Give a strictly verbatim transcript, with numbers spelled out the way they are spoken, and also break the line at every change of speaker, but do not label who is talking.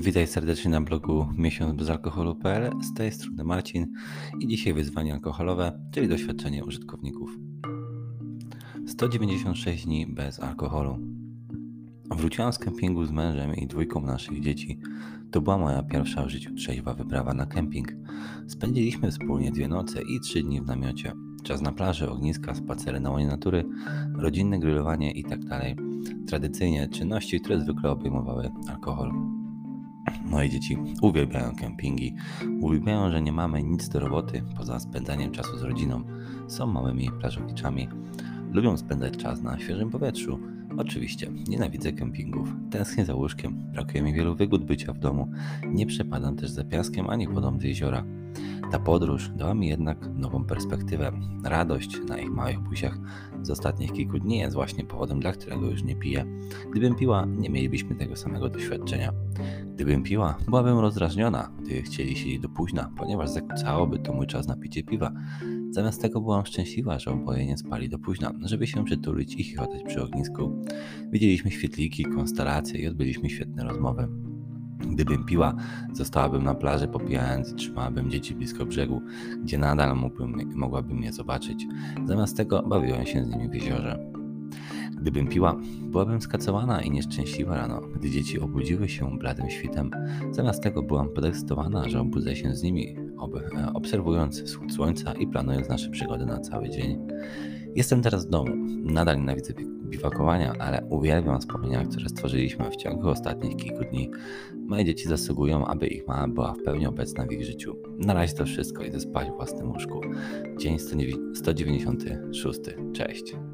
Witaj serdecznie na blogu miesiąc bez alkoholu kropka pe el. Z tej strony Marcin i dzisiaj wyzwanie alkoholowe, czyli doświadczenie użytkowników. sto dziewięćdziesiąt sześć dni bez alkoholu. Wróciłam z kempingu z mężem i dwójką naszych dzieci. To była moja pierwsza w życiu trzeźwa wyprawa na kemping. Spędziliśmy wspólnie dwie noce i trzy dni w namiocie. Czas na plaży, ogniska, spacery na łonie natury, rodzinne grillowanie itd. Tradycyjnie czynności, które zwykle obejmowały alkohol. Moje dzieci uwielbiają kempingi, uwielbiają, że nie mamy nic do roboty poza spędzaniem czasu z rodziną. Są małymi plażowiczami, lubią spędzać czas na świeżym powietrzu. Oczywiście nienawidzę kempingów, tęsknię za łóżkiem, brakuje mi wielu wygód bycia w domu, nie przepadam też za piaskiem ani wodą z jeziora. Ta podróż dała mi jednak nową perspektywę. Radość na ich małych buziach z ostatnich kilku dni jest właśnie powodem, dla którego już nie piję. Gdybym piła, nie mielibyśmy tego samego doświadczenia. Gdybym piła, byłabym rozdrażniona, gdy chcieli siedzieć do późna, ponieważ zakłócałoby to mój czas na picie piwa. Zamiast tego byłam szczęśliwa, że oboje nie spali do późna, żeby się przytulić i chichotać przy ognisku. Widzieliśmy świetliki, konstelacje i odbyliśmy świetne rozmowy. Gdybym piła, zostałabym na plaży popijając i trzymałabym dzieci blisko brzegu, gdzie nadal mógłbym, mogłabym je zobaczyć. Zamiast tego bawiłem się z nimi w jeziorze. Gdybym piła, byłabym skacowana i nieszczęśliwa rano, gdy dzieci obudziły się bladym świtem. Zamiast tego byłam podekscytowana, że obudzę się z nimi, ob- obserwując wschód słońca i planując nasze przygody na cały dzień. Jestem teraz w domu. Nadal nienawidzę biwakowania, ale uwielbiam wspomnienia, które stworzyliśmy w ciągu ostatnich kilku dni. Moje dzieci zasługują, aby ich mama była w pełni obecna w ich życiu. Na razie to wszystko, idę spać w własnym łóżku. Dzień sto dziewięćdziesiąty szósty. Cześć.